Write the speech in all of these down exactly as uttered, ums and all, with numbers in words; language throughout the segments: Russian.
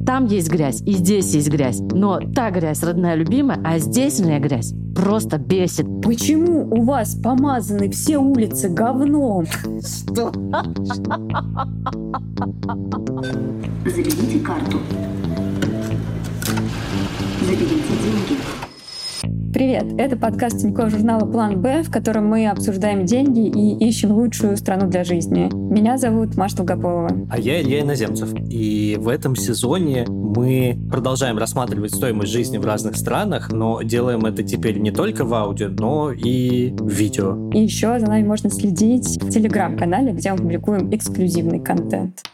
Там есть грязь, и здесь есть грязь. Но та грязь родная, любимая, а здесь у меня грязь просто бесит. Почему у вас помазаны все улицы говном? Что? Заведите карту. Заберите деньги. Привет, это подкаст Тинькофф журнала «План Б», в котором мы обсуждаем деньги и ищем лучшую страну для жизни. Меня зовут Маша Долгополова. А я Илья Иноземцев. И в этом сезоне мы продолжаем рассматривать стоимость жизни в разных странах, но делаем это теперь не только в аудио, но и в видео. И еще за нами можно следить в Телеграм-канале, где мы публикуем эксклюзивный контент.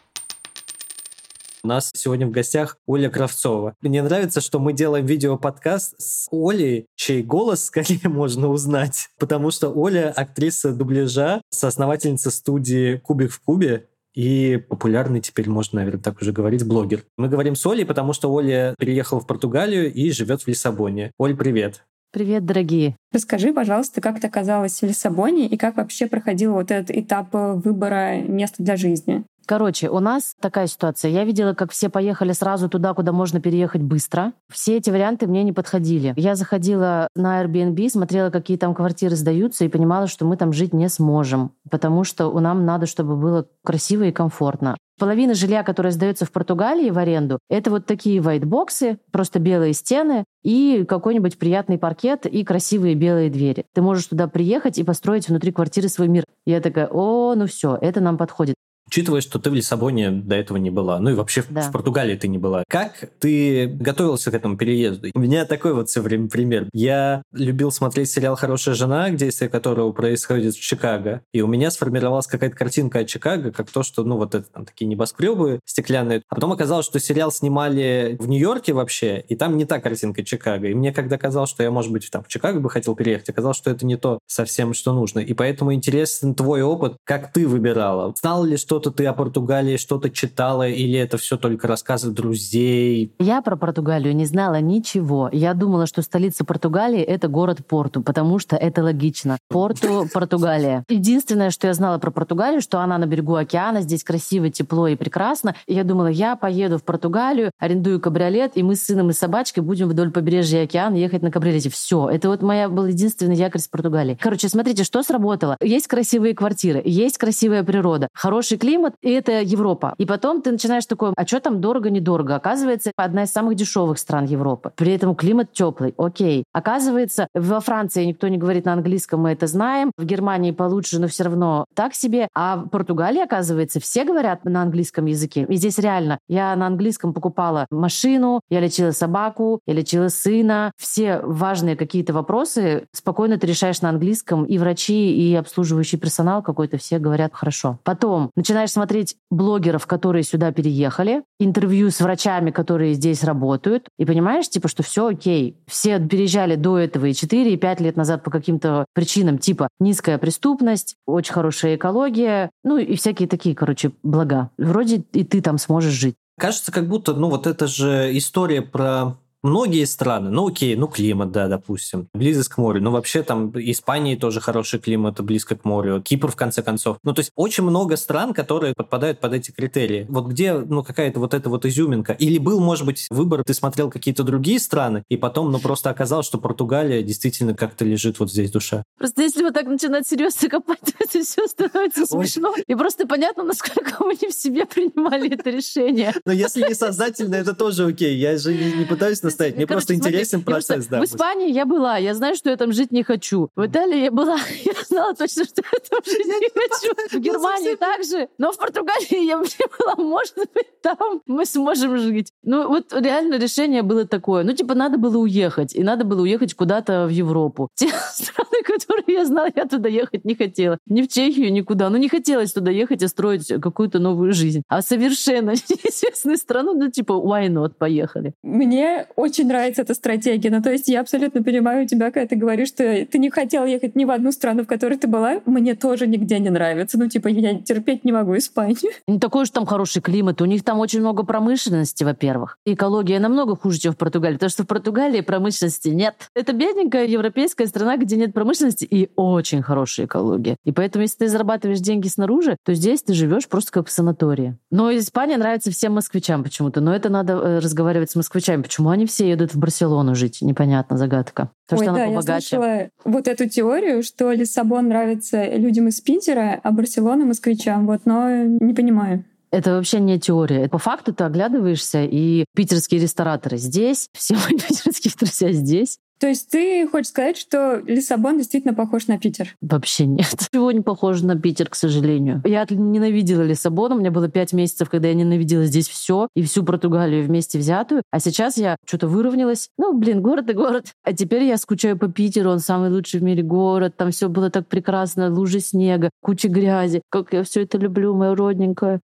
У нас сегодня в гостях Оля Кравцова. Мне нравится, что мы делаем видео-подкаст с Олей, чей голос скорее можно узнать, потому что Оля — актриса дубляжа, соосновательница студии «Кубик в кубе» и популярный, теперь можно, наверное, так уже говорить, блогер. Мы говорим с Олей, потому что Оля переехала в Португалию и живет в Лиссабоне. Оль, привет! Привет, дорогие! Расскажи, пожалуйста, как ты оказалась в Лиссабоне и как вообще проходил вот этот этап выбора места для жизни? Короче, у нас такая ситуация. Я видела, как все поехали сразу туда, куда можно переехать быстро. Все эти варианты мне не подходили. Я заходила на Airbnb, смотрела, какие там квартиры сдаются, и понимала, что мы там жить не сможем, потому что у нам надо, чтобы было красиво и комфортно. Половина жилья, которое сдается в Португалии в аренду, это вот такие вайтбоксы, просто белые стены и какой-нибудь приятный паркет и красивые белые двери. Ты можешь туда приехать и построить внутри квартиры свой мир. Я такая: о, ну все, это нам подходит. Учитывая, что ты в Лиссабоне до этого не была, ну и вообще да. в Португалии ты не была, как ты готовился к этому переезду? У меня такой вот все время пример. Я любил смотреть сериал «Хорошая жена», действие которого происходит в Чикаго, и у меня сформировалась какая-то картинка о Чикаго, как то, что, ну, вот это там такие небоскребы стеклянные. А потом оказалось, что сериал снимали в Нью-Йорке вообще, и там не та картинка Чикаго. И мне когда казалось, что я, может быть, там в Чикаго бы хотел переехать, оказалось, что это не то совсем, что нужно. И поэтому интересен твой опыт, как ты выбирала. Знала ли что что-то ты о Португалии, что-то читала, или это все только рассказы друзей? Я про Португалию не знала ничего. Я думала, что столица Португалии — это город Порту, потому что это логично. Порту, Португалия. Единственное, что я знала про Португалию, что она на берегу океана, здесь красиво, тепло и прекрасно. И я думала, я поеду в Португалию, арендую кабриолет, и мы с сыном и собачкой будем вдоль побережья океана ехать на кабриолете. Все. Это вот моя был единственный якорь с Португалии. Короче, смотрите, что сработало. Есть красивые квартиры, есть красивая природа, хороший климат, и это Европа. И потом ты начинаешь такой: а что там дорого-недорого? Оказывается, одна из самых дешевых стран Европы. При этом климат теплый. Окей. Оказывается, во Франции никто не говорит на английском, мы это знаем. В Германии получше, но все равно так себе. А в Португалии, оказывается, все говорят на английском языке. И здесь реально я на английском покупала машину, я лечила собаку, я лечила сына. Все важные какие-то вопросы спокойно ты решаешь на английском. И врачи, и обслуживающий персонал какой-то все говорят хорошо. Потом начинаешь смотреть блогеров, которые сюда переехали, интервью с врачами, которые здесь работают, и понимаешь, типа, что все окей. Все переезжали до этого и четыре, и пять лет назад по каким-то причинам, типа низкая преступность, очень хорошая экология, ну и всякие такие, короче, блага. Вроде и ты там сможешь жить. Кажется, как будто, ну вот это же история про многие страны. Ну окей, ну климат, да, допустим. Близость к морю. Ну вообще там Испании тоже хороший климат, близко к морю. Кипр, в конце концов. Ну то есть очень много стран, которые подпадают под эти критерии. Вот где, ну какая-то вот эта вот изюминка? Или был, может быть, выбор, ты смотрел какие-то другие страны, и потом, ну просто оказалось, что Португалия действительно как-то лежит вот здесь душа. Просто если вот так начинать серьезно копать, то это все становится смешно. И просто понятно, насколько мы не в себе принимали это решение. Но если не сознательно, это тоже окей. Я же не пытаюсь настоять. Мне Короче, просто интересен смотри, процесс. Да, в Испании я была, я знаю, что я там жить не хочу. В Италии я была, я знала точно, что я там жить не хочу. В Германии также. Но в Португалии я была, может быть, там мы сможем жить. Ну вот реально решение было такое. Ну типа надо было уехать. И надо было уехать куда-то в Европу. Те страны, которые я знала, я туда ехать не хотела. Ни в Чехию, никуда. Ну не хотелось туда ехать и строить какую-то новую жизнь. А совершенно неизвестную страну, ну типа why not, поехали. Мне очень нравится эта стратегия. Ну, то есть я абсолютно понимаю тебя, когда ты говоришь, что ты не хотел ехать ни в одну страну, в которой ты была. Мне тоже нигде не нравится. Ну, типа, я терпеть не могу Испанию. Не такой уж там хороший климат. У них там очень много промышленности, во-первых. Экология намного хуже, чем в Португалии, потому что в Португалии промышленности нет. Это бедненькая европейская страна, где нет промышленности и очень хорошая экология. И поэтому, если ты зарабатываешь деньги снаружи, то здесь ты живешь просто как в санатории. Но Испания нравится всем москвичам почему-то. Но это надо э, разговаривать с москвичами. Почему они все едут в Барселону жить? Непонятно, загадка. Потому Ой, что да, она побогаче. Я слышала вот эту теорию, что Лиссабон нравится людям из Питера, а Барселона — москвичам. Вот, но не понимаю. Это вообще не теория. По факту ты оглядываешься, и питерские рестораторы здесь, все мои питерские друзья здесь. То есть ты хочешь сказать, что Лиссабон действительно похож на Питер? Вообще нет. Чего не похоже на Питер, к сожалению. Я ненавидела Лиссабон. У меня было пять месяцев, когда я ненавидела здесь все и всю Португалию вместе взятую. А сейчас я что-то выровнялась. Ну, блин, город и город. А теперь я скучаю по Питеру. Он самый лучший в мире город. Там все было так прекрасно. Лужи снега, куча грязи. Как я все это люблю, моя родненькая.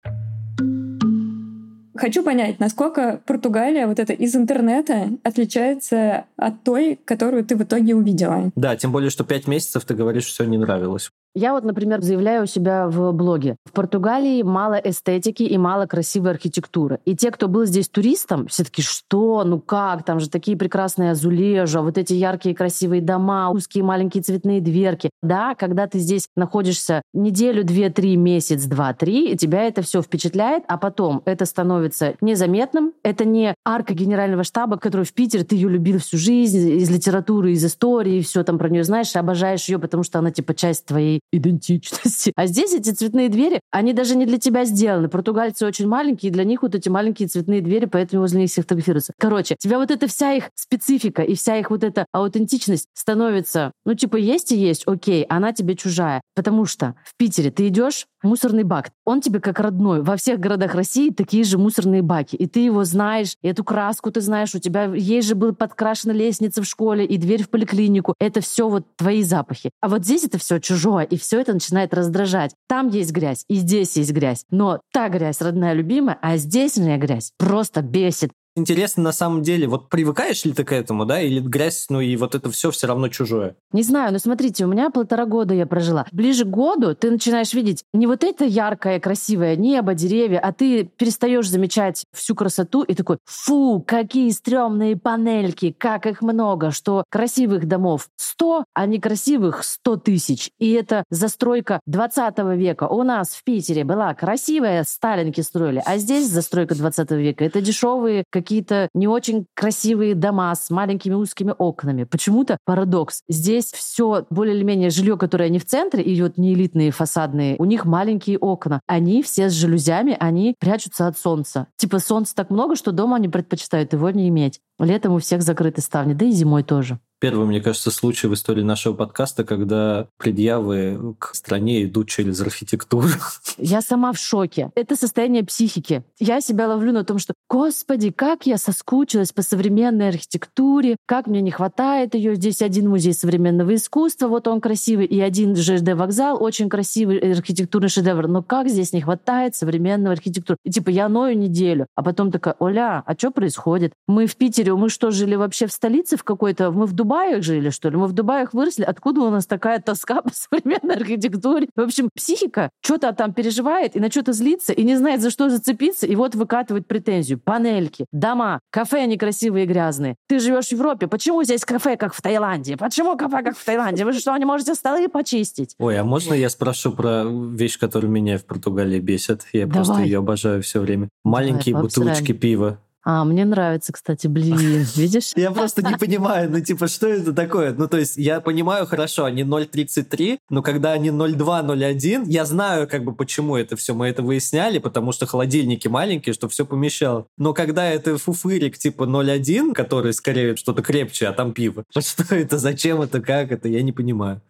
Хочу понять, насколько Португалия вот это из интернета отличается от той, которую ты в итоге увидела. Да, тем более, что пять месяцев ты говоришь, что не нравилось. Я вот, например, заявляю у себя в блоге. В Португалии мало эстетики и мало красивой архитектуры. И те, кто был здесь туристом, все таки что, ну как, там же такие прекрасные азулежи, вот эти яркие красивые дома, узкие маленькие цветные дверки. Да, когда ты здесь находишься неделю, две, три, месяц, два, три, и тебя это все впечатляет, а потом это становится незаметным. Это не арка генерального штаба, которую в Питере ты ее любил всю жизнь, из литературы, из истории, все там про нее знаешь, обожаешь ее, потому что она типа часть твоей идентичности. А здесь эти цветные двери, они даже не для тебя сделаны. Португальцы очень маленькие, и для них вот эти маленькие цветные двери, поэтому возле них все фотографируются. Короче, тебя вот эта вся их специфика и вся их вот эта аутентичность становится, ну типа есть и есть, окей, она тебе чужая. Потому что в Питере ты идешь, мусорный бак, он тебе как родной. Во всех городах России такие же мусорные баки. И ты его знаешь, и эту краску ты знаешь, у тебя есть же была подкрашена лестница в школе и дверь в поликлинику. Это все вот твои запахи. А вот здесь это все чужое, и все это начинает раздражать. Там есть грязь, и здесь есть грязь. Но та грязь родная, любимая, а здешняя грязь просто бесит. Интересно, на самом деле, вот привыкаешь ли ты к этому, да, или грязь, ну и вот это все все равно чужое? Не знаю, но смотрите, у меня полтора года я прожила. Ближе к году ты начинаешь видеть не вот это яркое, красивое небо, деревья, а ты перестаешь замечать всю красоту и такой, фу, какие стрёмные панельки, как их много, что красивых домов сто, а некрасивых сто тысяч. И это застройка двадцатого века. У нас в Питере была красивая, сталинки строили, а здесь застройка двадцатого века. Это дешевые какие-то не очень красивые дома с маленькими узкими окнами. Почему-то парадокс. Здесь все более или менее жилье, которое не в центре, и вот не элитные фасадные, у них маленькие окна. Они все с жалюзями, они прячутся от солнца. Типа солнца так много, что дома они предпочитают его не иметь. Летом у всех закрыты ставни, да и зимой тоже. Первый, мне кажется, случай в истории нашего подкаста, когда предъявы к стране идут через архитектуру. Я сама в шоке. Это состояние психики. Я себя ловлю на том, что, господи, как я соскучилась по современной архитектуре, как мне не хватает ее. Здесь один музей современного искусства, вот он красивый, и один ЖД-вокзал, очень красивый архитектурный шедевр. Но как здесь не хватает современного архитектуры? И типа я ною неделю, а потом такая, Оля, а что происходит? Мы в Питере, мы что, жили вообще в столице в какой-то? Мы в Дубае жили, что ли? Мы в Дубаях выросли. Откуда у нас такая тоска по современной архитектуре? В общем, психика что-то там переживает и на что-то злится, и не знает, за что зацепиться, и вот выкатывает претензию. Панельки, дома, кафе некрасивые и грязные. Ты живешь в Европе, почему здесь кафе, как в Таиланде? Почему кафе, как в Таиланде? Вы что, не можете столы почистить? Ой, а можно я спрошу про вещь, которая меня в Португалии бесит? Я Давай. просто ее обожаю все время. Маленькие Давай, бутылочки пива. А, мне нравится, кстати, блин, видишь? Я просто не понимаю, ну типа, что это такое? Ну то есть я понимаю хорошо, они ноль тридцать три, но когда они ноль два ноль один, я знаю как бы почему это все, мы это выясняли, потому что холодильники маленькие, что все помещало. Но когда это фуфырик типа ноль один, который скорее что-то крепче, а там пиво, что это, зачем это, как это, я не понимаю.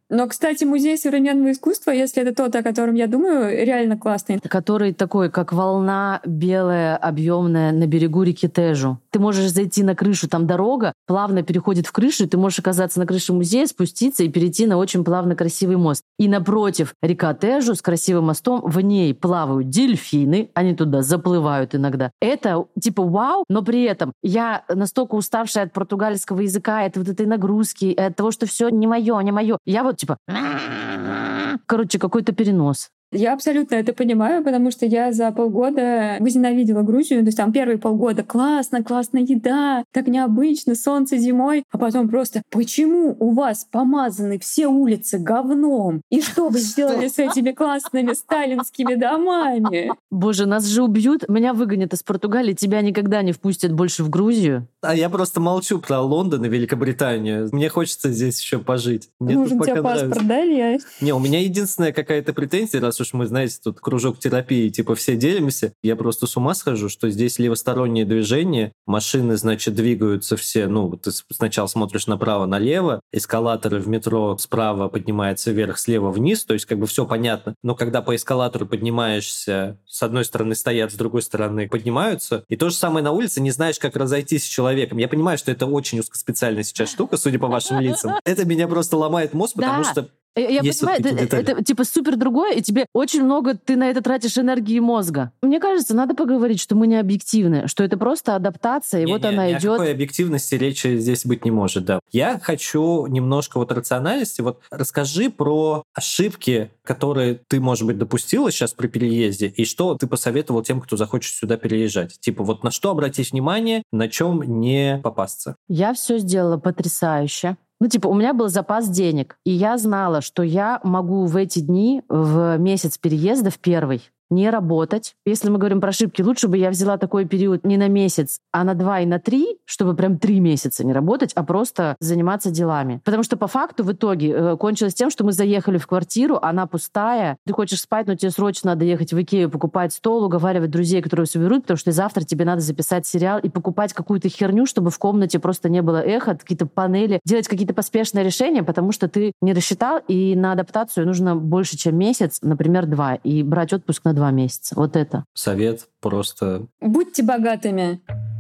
Но, кстати, музей современного искусства, если это тот, о котором я думаю, реально классный. Который такой, как волна белая, объемная на берегу реки Тежу. Ты можешь зайти на крышу, там дорога плавно переходит в крышу, и ты можешь оказаться на крыше музея, спуститься и перейти на очень плавно красивый мост. И напротив река Тежу с красивым мостом, в ней плавают дельфины, они туда заплывают иногда. Это типа вау, но при этом я настолько уставшая от португальского языка, от вот этой нагрузки, от того, что все не мое, не мое. Я вот типа... Короче, какой-то перенос. Я абсолютно это понимаю, потому что я за полгода возненавидела Грузию. То есть там первые полгода классно, классная еда, так необычно, солнце зимой. А потом просто, почему у вас помазаны все улицы говном? И что вы сделали с этими классными сталинскими домами? Боже, нас же убьют, меня выгонят из Португалии, тебя никогда не впустят больше в Грузию. А я просто молчу про Лондон и Великобританию. Мне хочется здесь еще пожить. Мне Нужен тебе паспорт, да, Илья? Не, у меня единственная какая-то претензия, раз уж мы, знаете, тут кружок терапии, типа все делимся, я просто с ума схожу, что здесь левостороннее движение, машины, значит, двигаются все, ну, ты сначала смотришь направо-налево, эскалаторы в метро справа поднимаются вверх, слева вниз, то есть как бы все понятно, но когда по эскалатору поднимаешься, с одной стороны стоят, с другой стороны поднимаются, и то же самое на улице, не знаешь, как разойтись с человеком. Я понимаю, что это очень узкоспециальная сейчас штука, судя по вашим лицам. Это меня просто ломает мозг, потому да. что Я есть понимаю, вот это, это типа супер другое, и тебе очень много ты на это тратишь энергии мозга. Мне кажется, надо поговорить, что мы не объективны, что это просто адаптация, и не, вот не, она ни идет. О какой объективности речи здесь быть не может, да. Я хочу немножко вот рациональности. Вот расскажи про ошибки, которые ты, может быть, допустила сейчас при переезде, и что ты посоветовал тем, кто захочет сюда переезжать. Типа вот на что обратить внимание, на чем не попасться. Я все сделала потрясающе. Ну, типа, у меня был запас денег, и я знала, что я могу в эти дни, в месяц переезда, в первый, не работать. Если мы говорим про ошибки, лучше бы я взяла такой период не на месяц, а на два и на три, чтобы прям три месяца не работать, а просто заниматься делами. Потому что по факту в итоге э, кончилось тем, что мы заехали в квартиру, она пустая, ты хочешь спать, но тебе срочно надо ехать в Икею, покупать стол, уговаривать друзей, которые все берут, потому что завтра тебе надо записать сериал и покупать какую-то херню, чтобы в комнате просто не было эхо, какие-то панели, делать какие-то поспешные решения, потому что ты не рассчитал, и на адаптацию нужно больше, чем месяц, например, два, и брать отпуск на два месяца. Вот это. Совет просто... Будьте богатыми.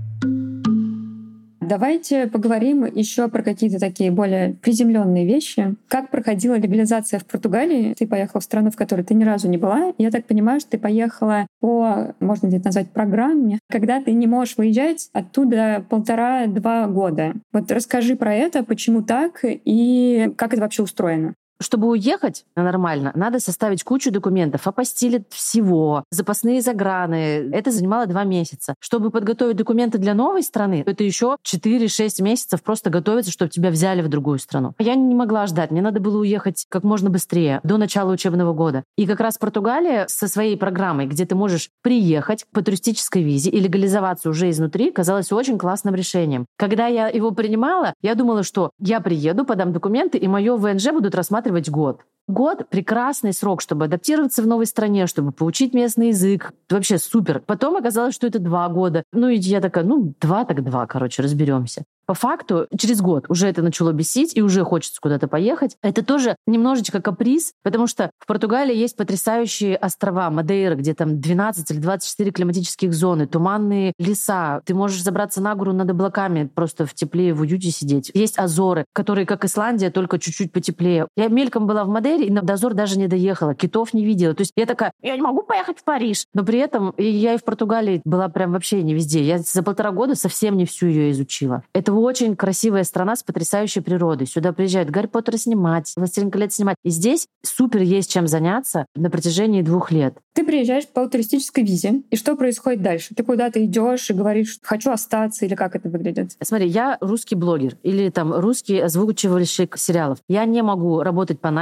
Давайте поговорим еще про какие-то такие более приземленные вещи. Как проходила легализация в Португалии? Ты поехала в страну, в которой ты ни разу не была. Я так понимаю, что ты поехала по, можно ли это назвать, программе, когда ты не можешь выезжать оттуда полтора-два года. Вот расскажи про это, почему так и как это вообще устроено. Чтобы уехать нормально, надо составить кучу документов, апостилит всего, запасные заграны. Это занимало два месяца. Чтобы подготовить документы для новой страны, это еще четыре-шесть месяцев просто готовиться, чтобы тебя взяли в другую страну. Я не могла ждать, мне надо было уехать как можно быстрее, до начала учебного года. И как раз Португалия со своей программой, где ты можешь приехать по туристической визе и легализоваться уже изнутри, казалась очень классным решением. Когда я его принимала, я думала, что я приеду, подам документы, и мое ВНЖ будут рассматривать год. Год — прекрасный срок, чтобы адаптироваться в новой стране, чтобы поучить местный язык. Вообще супер. Потом оказалось, что это два года. Ну и я такая, ну два так два, короче, разберемся. По факту, через год уже это начало бесить, и уже хочется куда-то поехать. Это тоже немножечко каприз, потому что в Португалии есть потрясающие острова, Мадейра, где там двенадцать или двадцать четыре климатических зоны, туманные леса. Ты можешь забраться на гору над облаками, просто в тепле, в уюте сидеть. Есть Азоры, которые, как Исландия, только чуть-чуть потеплее. Я мельком была в Мадейре, и на Азор даже не доехала, китов не видела. То есть я такая, я не могу поехать в Париж. Но при этом я и в Португалии была прям вообще не везде. Я за полтора года совсем не всю ее изучила. Это очень красивая страна с потрясающей природой. Сюда приезжают Гарри Поттера снимать, Властелин колец снимать. И здесь супер есть чем заняться на протяжении двух лет. Ты приезжаешь по туристической визе, и что происходит дальше? Ты куда-то идешь и говоришь, хочу остаться, или как это выглядит? Смотри, я русский блогер или там русский озвучивальщик сериалов. Я не могу работать по найму,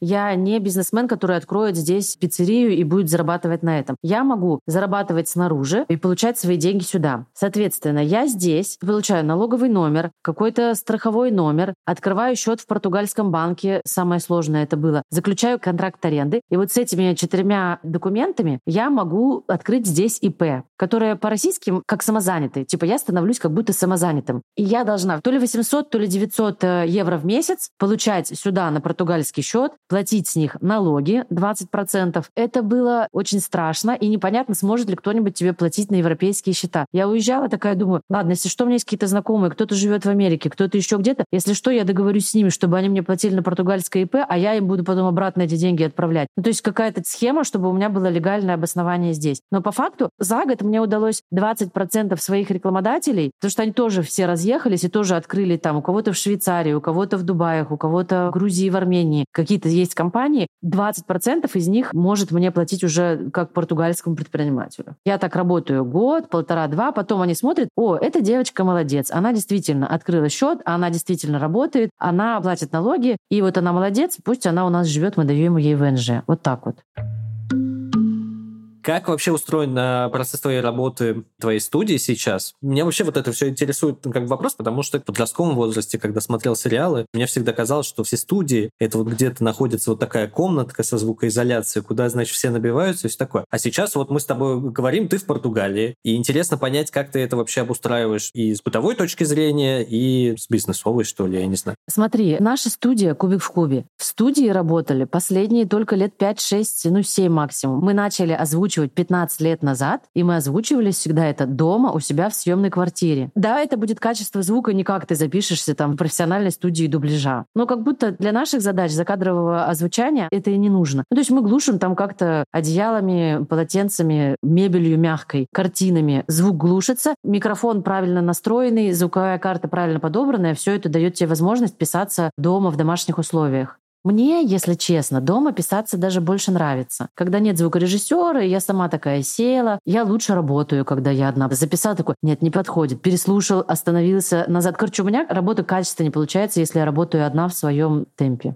Я не бизнесмен, который откроет здесь пиццерию и будет зарабатывать на этом. Я могу зарабатывать снаружи и получать свои деньги сюда. Соответственно, я здесь получаю налоговый номер, какой-то страховой номер, открываю счет в португальском банке, самое сложное это было, заключаю контракт аренды. И вот с этими четырьмя документами я могу открыть здесь ИП, которое по-российски как самозанятый. Типа я становлюсь как будто самозанятым. И я должна то ли восемьсот, то ли девятьсот евро в месяц получать сюда на португальский счет, платить с них налоги двадцать процентов. Это было очень страшно, и непонятно, сможет ли кто-нибудь тебе платить на европейские счета. Я уезжала такая, думаю, ладно, если что, у меня есть какие-то знакомые, кто-то живет в Америке, кто-то еще где-то. Если что, я договорюсь с ними, чтобы они мне платили на португальское ИП, а я им буду потом обратно эти деньги отправлять. Ну, то есть какая-то схема, чтобы у меня было легальное обоснование здесь. Но по факту за год мне удалось двадцать процентов своих рекламодателей, потому что они тоже все разъехались и тоже открыли там у кого-то в Швейцарии, у кого-то в Дубаях, у кого-то в Грузии, в Армении. Какие-то есть компании, двадцать процентов из них может мне платить уже как португальскому предпринимателю. Я так работаю год, полтора-два, потом они смотрят, о, эта девочка молодец, она действительно открыла счет, она действительно работает, она платит налоги, и вот она молодец, пусть она у нас живет, мы даем ей ВНЖ. Вот так вот. Как вообще устроен процесс твоей работы, твоей студии сейчас? Меня вообще вот это все интересует как вопрос, потому что в подростковом возрасте, когда смотрел сериалы, мне всегда казалось, что все студии, это вот где-то находится вот такая комнатка со звукоизоляцией, куда, значит, все набиваются и все такое. А сейчас вот мы с тобой говорим, ты в Португалии, и интересно понять, как ты это вообще обустраиваешь и с бытовой точки зрения, и с бизнесовой, что ли, я не знаю. Смотри, наша студия «Кубик в кубе». В студии работали последние только лет пять-шесть, ну семь максимум. Мы начали озвучивать пятнадцать лет назад, и мы озвучивали всегда это дома у себя в съемной квартире. Да, это будет качество звука, не как ты запишешься там в профессиональной студии дубляжа. Но как будто для наших задач закадрового озвучания это и не нужно. Ну, то есть мы глушим там как-то одеялами, полотенцами, мебелью мягкой, картинами. Звук глушится, микрофон правильно настроенный, звуковая карта правильно подобранная. Все это дает тебе возможность писаться дома в домашних условиях. Мне, если честно, дома писаться даже больше нравится. Когда нет звукорежиссера, я сама такая села, я лучше работаю, когда я одна. Записала такой, нет, не подходит. Переслушал, остановился, назад. Короче, у меня работа качественно не получается, если я работаю одна в своем темпе.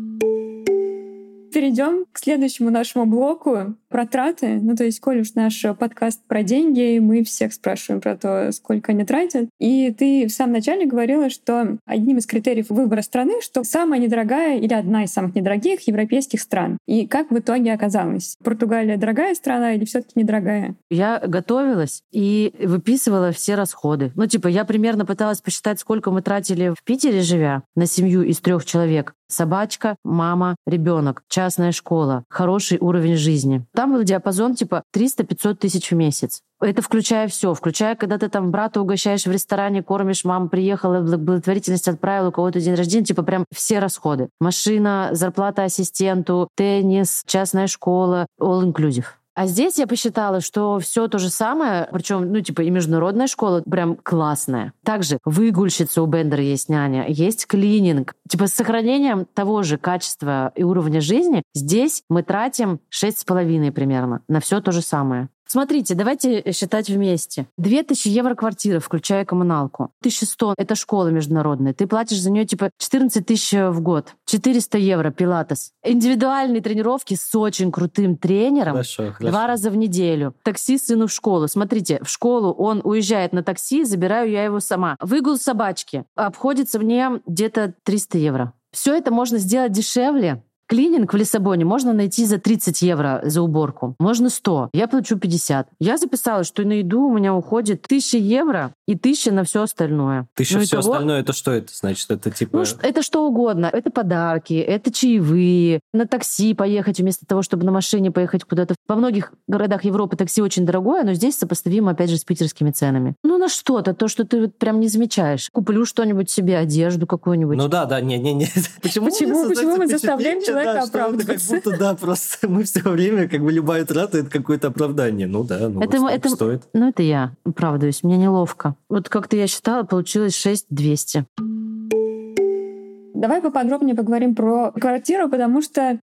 Перейдем к следующему нашему блоку про траты. Ну, то есть, коль уж наш подкаст про деньги, мы всех спрашиваем про то, сколько они тратят. И ты в самом начале говорила, что одним из критериев выбора страны, что самая недорогая или одна из самых недорогих европейских стран. И как в итоге оказалось? Португалия дорогая страна или все-таки недорогая? Я готовилась и выписывала все расходы. Ну, типа, я примерно пыталась посчитать, сколько мы тратили в Питере, живя на семью из трех человек. Собачка, мама, ребенок, частная школа, хороший уровень жизни. Там был диапазон типа триста-пятьсот тысяч в месяц. Это включая все, включая, когда ты там брата угощаешь в ресторане, кормишь, мама приехала, благотворительность отправила, у кого-то день рождения, типа прям все расходы. Машина, зарплата ассистенту, теннис, частная школа, all inclusive. А здесь я посчитала, что все то же самое, причем, ну, типа, и международная школа прям классная. Также выгульщица у Бендера есть няня, есть клининг. Типа, с сохранением того же качества и уровня жизни здесь мы тратим шесть с половиной примерно на все то же самое. Смотрите, давайте считать вместе. две тысячи евро квартира, включая коммуналку. тысяча сто — это школа международная. Ты платишь за нее типа четырнадцать тысяч в год. четыреста евро пилатес. Индивидуальные тренировки с очень крутым тренером. Хорошо, хорошо. Два раза в неделю. Такси сыну в школу. Смотрите, в школу он уезжает на такси, забираю я его сама. Выгул собачки обходится мне где-то триста евро. Все это можно сделать дешевле. Клининг в Лиссабоне можно найти за тридцать евро за уборку. Можно сто. Я плачу пятьдесят. Я записала, что на еду у меня уходит тысяча евро и тысяча на все остальное. Тысяча ну, все того... остальное, это что это значит? Это типа... Ну, это что угодно. Это подарки, это чаевые, на такси поехать вместо того, чтобы на машине поехать куда-то. Во многих городах Европы такси очень дорогое, но здесь сопоставимо, опять же, с питерскими ценами. Ну, на что-то, то, что ты вот прям не замечаешь. Куплю что-нибудь себе, одежду какую-нибудь. Ну да, да, не-не-не. Почему, почему, почему мы заставляем человека да, оправдываться? Как будто, да, просто мы все время, как бы любая трата — это какое-то оправдание. Ну да, ну это, вот это, стоит. Ну это я оправдываюсь, мне неловко. Вот как-то я считала, получилось шесть тысяч двести. Давай поподробнее поговорим про квартиру, потому что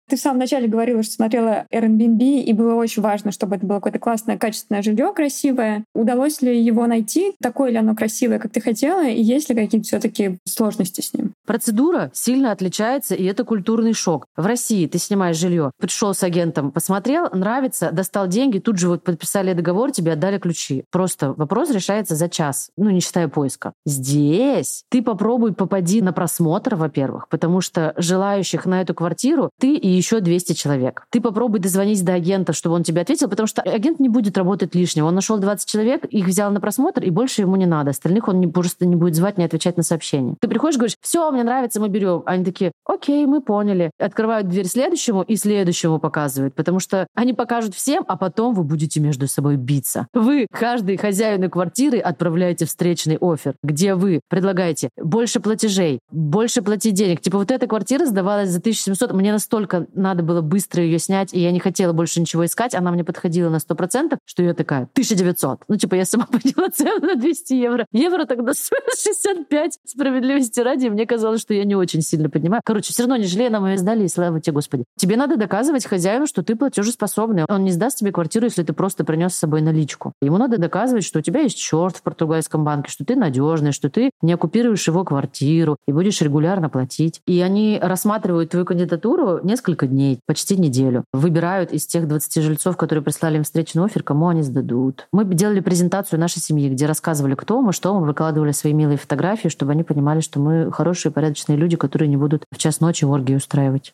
Ты в самом начале говорила, что смотрела Airbnb, и было очень важно, чтобы это было какое-то классное, качественное жилье, красивое. Удалось ли его найти? Такое ли оно красивое, как ты хотела? И есть ли какие-то все-таки сложности с ним? Процедура сильно отличается, и это культурный шок. В России ты снимаешь жилье, пришел с агентом, посмотрел, нравится, достал деньги, тут же вот подписали договор, тебе отдали ключи. Просто вопрос решается за час, ну, не считая поиска. Здесь ты попробуй попади на просмотр, во-первых, потому что желающих на эту квартиру ты и еще двести человек. Ты попробуй дозвонить до агента, чтобы он тебе ответил, потому что агент не будет работать лишнего. Он нашел двадцать человек, их взял на просмотр, и больше ему не надо. Остальных он не, просто не будет звать, не отвечать на сообщения. Ты приходишь, говоришь, все, мне нравится, мы берем. Они такие, окей, мы поняли. Открывают дверь следующему и следующему показывают, потому что они покажут всем, а потом вы будете между собой биться. Вы, каждый хозяину квартиры, отправляете встречный оффер, где вы предлагаете больше платежей, больше платить денег. Типа вот эта квартира сдавалась за тысячу семьсот, мне настолько надо было быстро ее снять, и я не хотела больше ничего искать, она мне подходила на сто процентов, что я такая, тысяча девятьсот. Ну, типа, я сама подняла цену на двести евро. Евро тогда стоит шестьдесят пять. Справедливости ради, мне казалось, что я не очень сильно поднимаю. Короче, все равно не жалею, нам ее сдали, и слава тебе, Господи. Тебе надо доказывать хозяину, что ты платежеспособный. Он не сдаст тебе квартиру, если ты просто принес с собой наличку. Ему надо доказывать, что у тебя есть счет в португальском банке, что ты надежный, что ты не оккупируешь его квартиру и будешь регулярно платить. И они рассматривают твою кандидатуру несколько дней, почти неделю. Выбирают из тех двадцати жильцов, которые прислали им встречный оффер, кому они сдадут. Мы делали презентацию нашей семьи, где рассказывали, кто мы, что мы, выкладывали свои милые фотографии, чтобы они понимали, что мы хорошие, порядочные люди, которые не будут в час ночи оргии устраивать.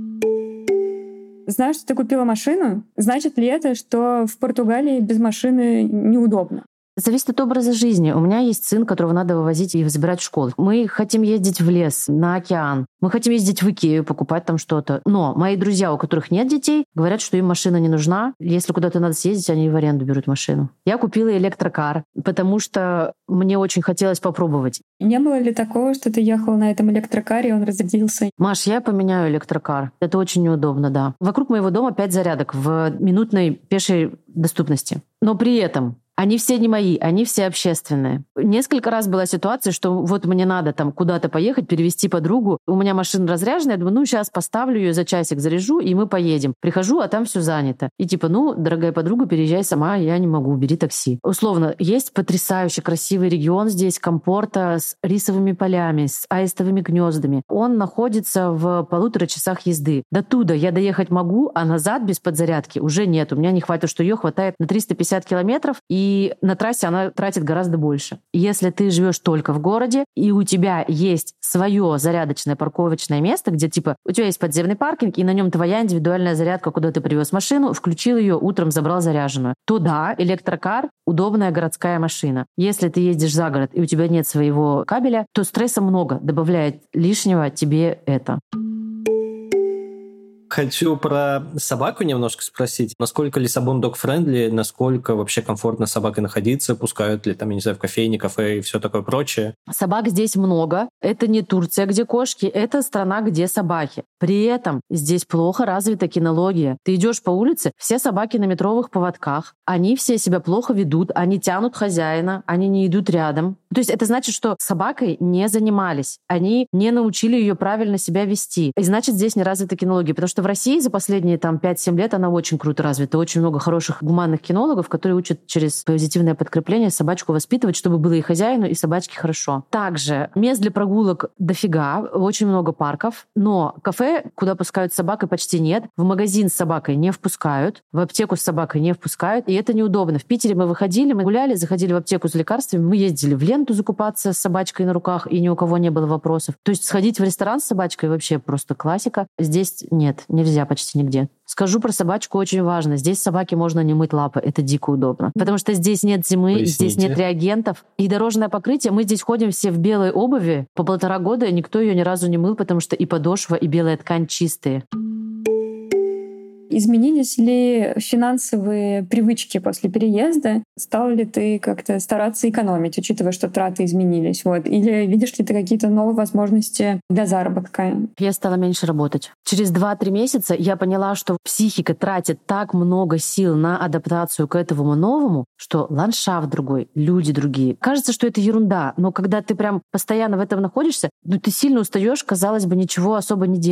Знаешь, что ты купила машину? Значит ли это, что в Португалии без машины неудобно? Зависит от образа жизни. У меня есть сын, которого надо вывозить и забирать в школу. Мы хотим ездить в лес, на океан. Мы хотим ездить в Икею, покупать там что-то. Но мои друзья, у которых нет детей, говорят, что им машина не нужна. Если куда-то надо съездить, они в аренду берут машину. Я купила электрокар, потому что мне очень хотелось попробовать. Не было ли такого, что ты ехала на этом электрокаре, и он разрядился? Маш, я поменяю электрокар. Это очень неудобно, да. Вокруг моего дома пять зарядок в минутной пешей доступности. Но при этом они все не мои, они все общественные. Несколько раз была ситуация, что вот мне надо там куда-то поехать, перевезти подругу. У меня машина разряженная, я думаю, ну, сейчас поставлю ее за часик, заряжу, и мы поедем. Прихожу, а там все занято. И типа, ну, дорогая подруга, переезжай сама, я не могу, бери такси. Условно, есть потрясающий красивый регион здесь, Компорта, с рисовыми полями, с аистовыми гнездами. Он находится в полутора часах езды. До туда я доехать могу, а назад без подзарядки уже нет. У меня не хватит, что ее хватает на триста пятьдесят километров, и И на трассе она тратит гораздо больше. Если ты живешь только в городе, и у тебя есть свое зарядочное парковочное место, где типа у тебя есть подземный паркинг, и на нем твоя индивидуальная зарядка, куда ты привез машину, включил ее, утром забрал заряженную, то да, электрокар — удобная городская машина. Если ты ездишь за город, и у тебя нет своего кабеля, то стресса много, добавляет лишнего тебе это. Хочу про собаку немножко спросить. Насколько Лиссабон dog-friendly, насколько вообще комфортно с собакой находиться, пускают ли там, я не знаю, в кофейне, кафе и все такое прочее? Собак здесь много. Это не Турция, где кошки, это страна, где собаки. При этом здесь плохо развита кинология. Ты идешь по улице, все собаки на метровых поводках, они все себя плохо ведут, они тянут хозяина, они не идут рядом. То есть это значит, что собакой не занимались, они не научили ее правильно себя вести. И значит, здесь не развита кинология, потому что в России за последние там пять-семь лет она очень круто развита. Очень много хороших гуманных кинологов, которые учат через позитивное подкрепление собачку воспитывать, чтобы было и хозяину, и собачке хорошо. Также мест для прогулок дофига, очень много парков, но кафе, куда пускают с собакой, почти нет. В магазин с собакой не впускают, в аптеку с собакой не впускают, и это неудобно. В Питере мы выходили, мы гуляли, заходили в аптеку за лекарствами, мы ездили в Ленту закупаться с собачкой на руках, и ни у кого не было вопросов. То есть сходить в ресторан с собачкой вообще просто классика. Здесь нет. Нельзя почти нигде. Скажу про собачку, очень важно. Здесь собаке можно не мыть лапы. Это дико удобно. Потому что здесь нет зимы, Поясните. Здесь нет реагентов. И дорожное покрытие. Мы здесь ходим все в белой обуви. По полтора года, и никто ее ни разу не мыл, потому что и подошва, и белая ткань чистые. Изменились ли финансовые привычки после переезда? Стал ли ты как-то стараться экономить, учитывая, что траты изменились? Вот. Или видишь ли ты какие-то новые возможности для заработка? Я стала меньше работать. Через два-три месяца я поняла, что психика тратит так много сил на адаптацию к этому новому, что ландшафт другой, люди другие. Кажется, что это ерунда, но когда ты прям постоянно в этом находишься, ну, ты сильно устаешь, казалось бы, ничего особо не делая.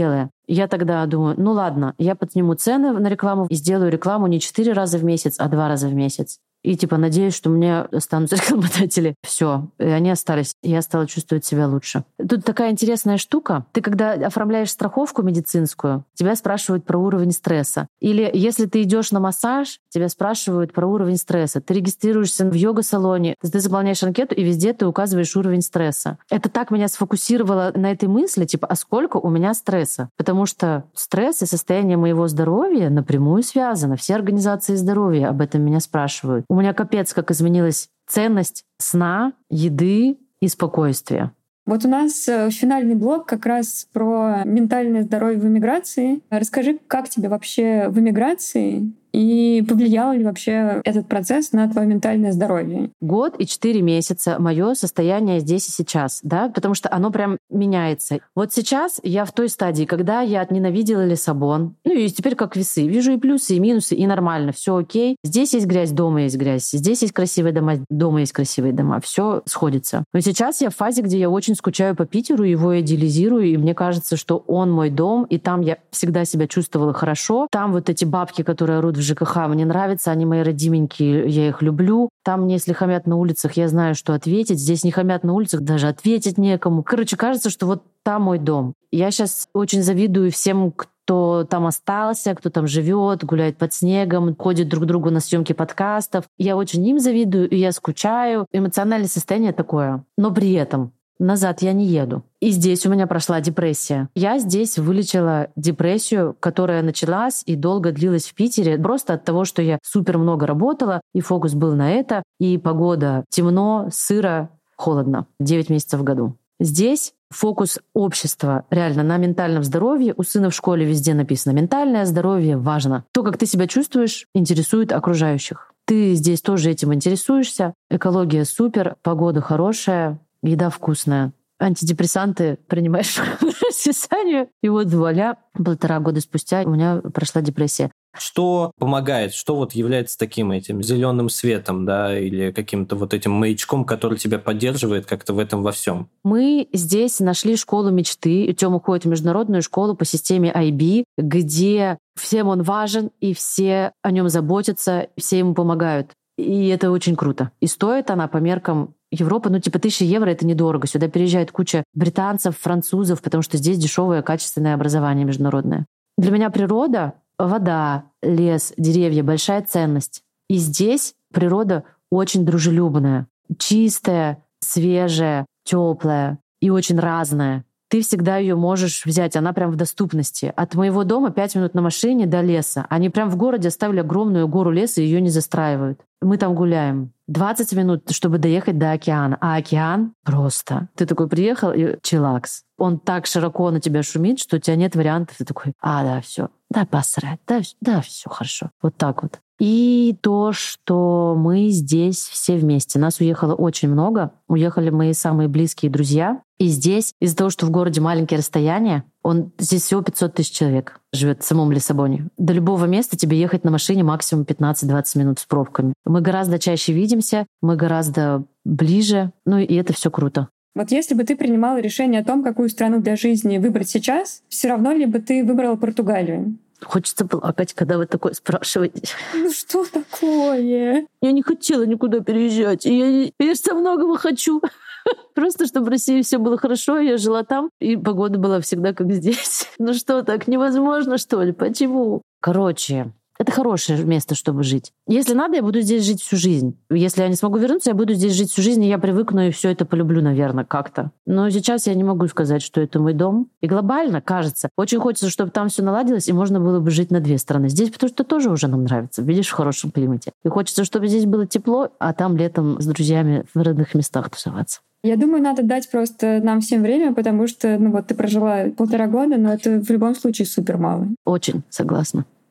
Я тогда думаю, ну ладно, я подниму цены на рекламу и сделаю рекламу не четыре раза в месяц, а два раза в месяц. И типа надеюсь, что у меня останутся рекламодатели. Все, и они остались. И я стала чувствовать себя лучше. Тут такая интересная штука. Ты когда оформляешь страховку медицинскую, тебя спрашивают про уровень стресса. Или если ты идешь на массаж, тебя спрашивают про уровень стресса. Ты регистрируешься в йога-салоне, ты заполняешь анкету, и везде ты указываешь уровень стресса. Это так меня сфокусировало на этой мысли, типа, а сколько у меня стресса? Потому что стресс и состояние моего здоровья напрямую связано. Все организации здоровья об этом меня спрашивают. У меня капец, как изменилась ценность сна, еды и спокойствия. Вот у нас финальный блок как раз про ментальное здоровье в эмиграции. Расскажи, как тебе вообще в эмиграции и повлиял ли вообще этот процесс на твое ментальное здоровье? Год и четыре месяца мое состояние здесь и сейчас, да, потому что оно прям меняется. Вот сейчас я в той стадии, когда я ненавидела Лиссабон, ну и теперь как весы. Вижу и плюсы, и минусы, и нормально, все окей. Здесь есть грязь, дома есть грязь. Здесь есть красивые дома, дома есть красивые дома. Все сходится. Но сейчас я в фазе, где я очень скучаю по Питеру, его идеализирую, и мне кажется, что он мой дом, и там я всегда себя чувствовала хорошо. Там вот эти бабки, которые орут в ЖКХ, мне нравятся, они мои родименькие, я их люблю. Там мне, если хамят на улицах, я знаю, что ответить. Здесь не хамят на улицах, даже ответить некому. Короче, кажется, что вот там мой дом. Я сейчас очень завидую всем, кто там остался, кто там живет, гуляет под снегом, ходит друг к другу на съемки подкастов. Я очень им завидую, и я скучаю. Эмоциональное состояние такое. Но при этом назад я не еду. И здесь у меня прошла депрессия. Я здесь вылечила депрессию, которая началась и долго длилась в Питере, просто от того, что я супер много работала, и фокус был на это, и погода темно, сыро, холодно. девять месяцев в году. Здесь фокус общества реально на ментальном здоровье. У сына в школе везде написано «ментальное здоровье важно». То, как ты себя чувствуешь, интересует окружающих. Ты здесь тоже этим интересуешься. Экология супер, погода хорошая, еда вкусная. Антидепрессанты принимаешь по расписанию. И вот вуаля, полтора года спустя у меня прошла депрессия. Что помогает? Что вот является таким этим зеленым светом, да, или каким-то вот этим маячком, который тебя поддерживает как-то в этом во всем? Мы здесь нашли школу мечты. Тёма ходит в международную школу по системе ай би, где всем он важен, и все о нем заботятся, все ему помогают. И это очень круто. И стоит она по меркам Европы, ну типа тысяча евро — это недорого. Сюда переезжает куча британцев, французов, потому что здесь дешевое, качественное образование международное. Для меня природа, вода, лес, деревья — большая ценность. И здесь природа очень дружелюбная, чистая, свежая, теплая и очень разная. Ты всегда ее можешь взять, она прям в доступности. От моего дома пять минут на машине до леса. Они прям в городе оставили огромную гору леса, и ее не застраивают. Мы там гуляем. двадцать минут, чтобы доехать до океана. А океан просто. Ты такой приехал, и чилакс. Он так широко на тебя шумит, что у тебя нет вариантов. Ты такой, а, да, все, да, посрать, да, да, все хорошо. Вот так вот. И то, что мы здесь все вместе. Нас уехало очень много. Уехали мои самые близкие друзья. И здесь, из-за того, что в городе маленькие расстояния, он, здесь всего пятьсот тысяч человек живет в самом Лиссабоне. До любого места тебе ехать на машине максимум пятнадцать-двадцать минут с пробками. Мы гораздо чаще видимся, мы гораздо ближе, ну и это все круто. Вот если бы ты принимала решение о том, какую страну для жизни выбрать сейчас, все равно ли бы ты выбрала Португалию? Хочется плакать, когда вы такое спрашиваете. Ну что такое? Я не хотела никуда переезжать. И я, я же со многого хочу. Просто чтобы в России все было хорошо, я жила там, и погода была всегда как здесь. Ну что, так невозможно, что ли? Почему? Короче, это хорошее место, чтобы жить. Если надо, я буду здесь жить всю жизнь. Если я не смогу вернуться, я буду здесь жить всю жизнь, и я привыкну, и все это полюблю, наверное, как-то. Но сейчас я не могу сказать, что это мой дом. И глобально, кажется, очень хочется, чтобы там все наладилось, и можно было бы жить на две страны. Здесь, потому что тоже уже нам нравится. Видишь, в хорошем климате. И хочется, чтобы здесь было тепло, а там летом с друзьями в родных местах тусоваться. Я думаю, надо дать просто нам всем время, потому что, ну вот, ты прожила полтора года, но это в любом случае супер мало. Очень согласна.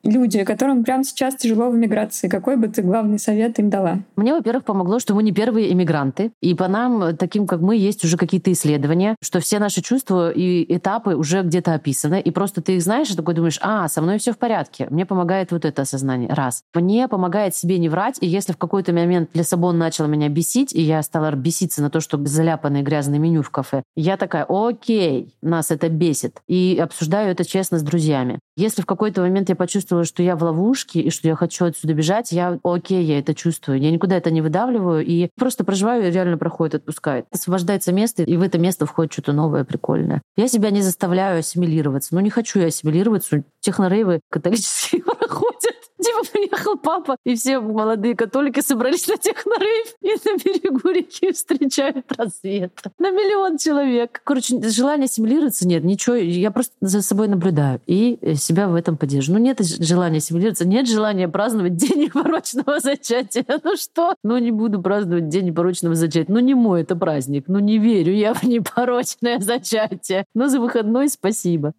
люди, которым прямо сейчас тяжело в эмиграции, какой бы ты главный совет им дала? Мне, во-первых, помогло, что мы не первые эмигранты, и по нам, таким как мы, есть уже какие-то исследования, что все наши чувства и этапы уже где-то описаны, и просто ты их знаешь, и такой думаешь, а, со мной все в порядке. Мне помогает вот это осознание. Раз. Мне помогает себе не врать, и если в какой-то момент Лиссабон начал меня бесить, и я стала беситься на то, что заляпанное грязное меню в кафе, я такая, окей, нас это бесит, и обсуждаю это честно с друзьями. Если в какой-то момент я почувствовала, что я в ловушке и что я хочу отсюда бежать, я окей, я это чувствую. Я никуда это не выдавливаю и просто проживаю, и реально проходит, отпускает. Освобождается место, и в это место входит что-то новое, прикольное. Я себя не заставляю ассимилироваться. Ну, не хочу я ассимилироваться. Технорейвы католические проходят. Типа приехал папа, и все молодые католики собрались на технорейв и на берегу реки встречают рассвет. На миллион человек. Короче, желания ассимилироваться нет, ничего. Я просто за собой наблюдаю и себя в этом поддерживаю. Ну, нет желания ассимилироваться, нет желания праздновать день непорочного зачатия. Ну что? Ну, не буду праздновать день непорочного зачатия. Ну, не мой это праздник. Ну, не верю я в непорочное зачатие. Но за выходной спасибо.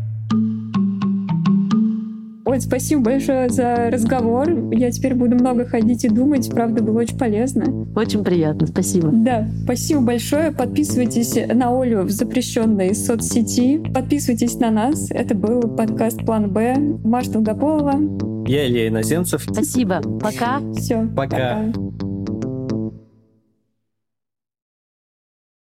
Ой, спасибо большое за разговор. Я теперь буду много ходить и думать. Правда, было очень полезно. Очень приятно, спасибо. Да, спасибо большое. Подписывайтесь на Олю в запрещенной соцсети. Подписывайтесь на нас. Это был подкаст «План Б». Маша Долгополова. Я Илья Иноземцев. Спасибо. Пока. Все. Пока. Пока.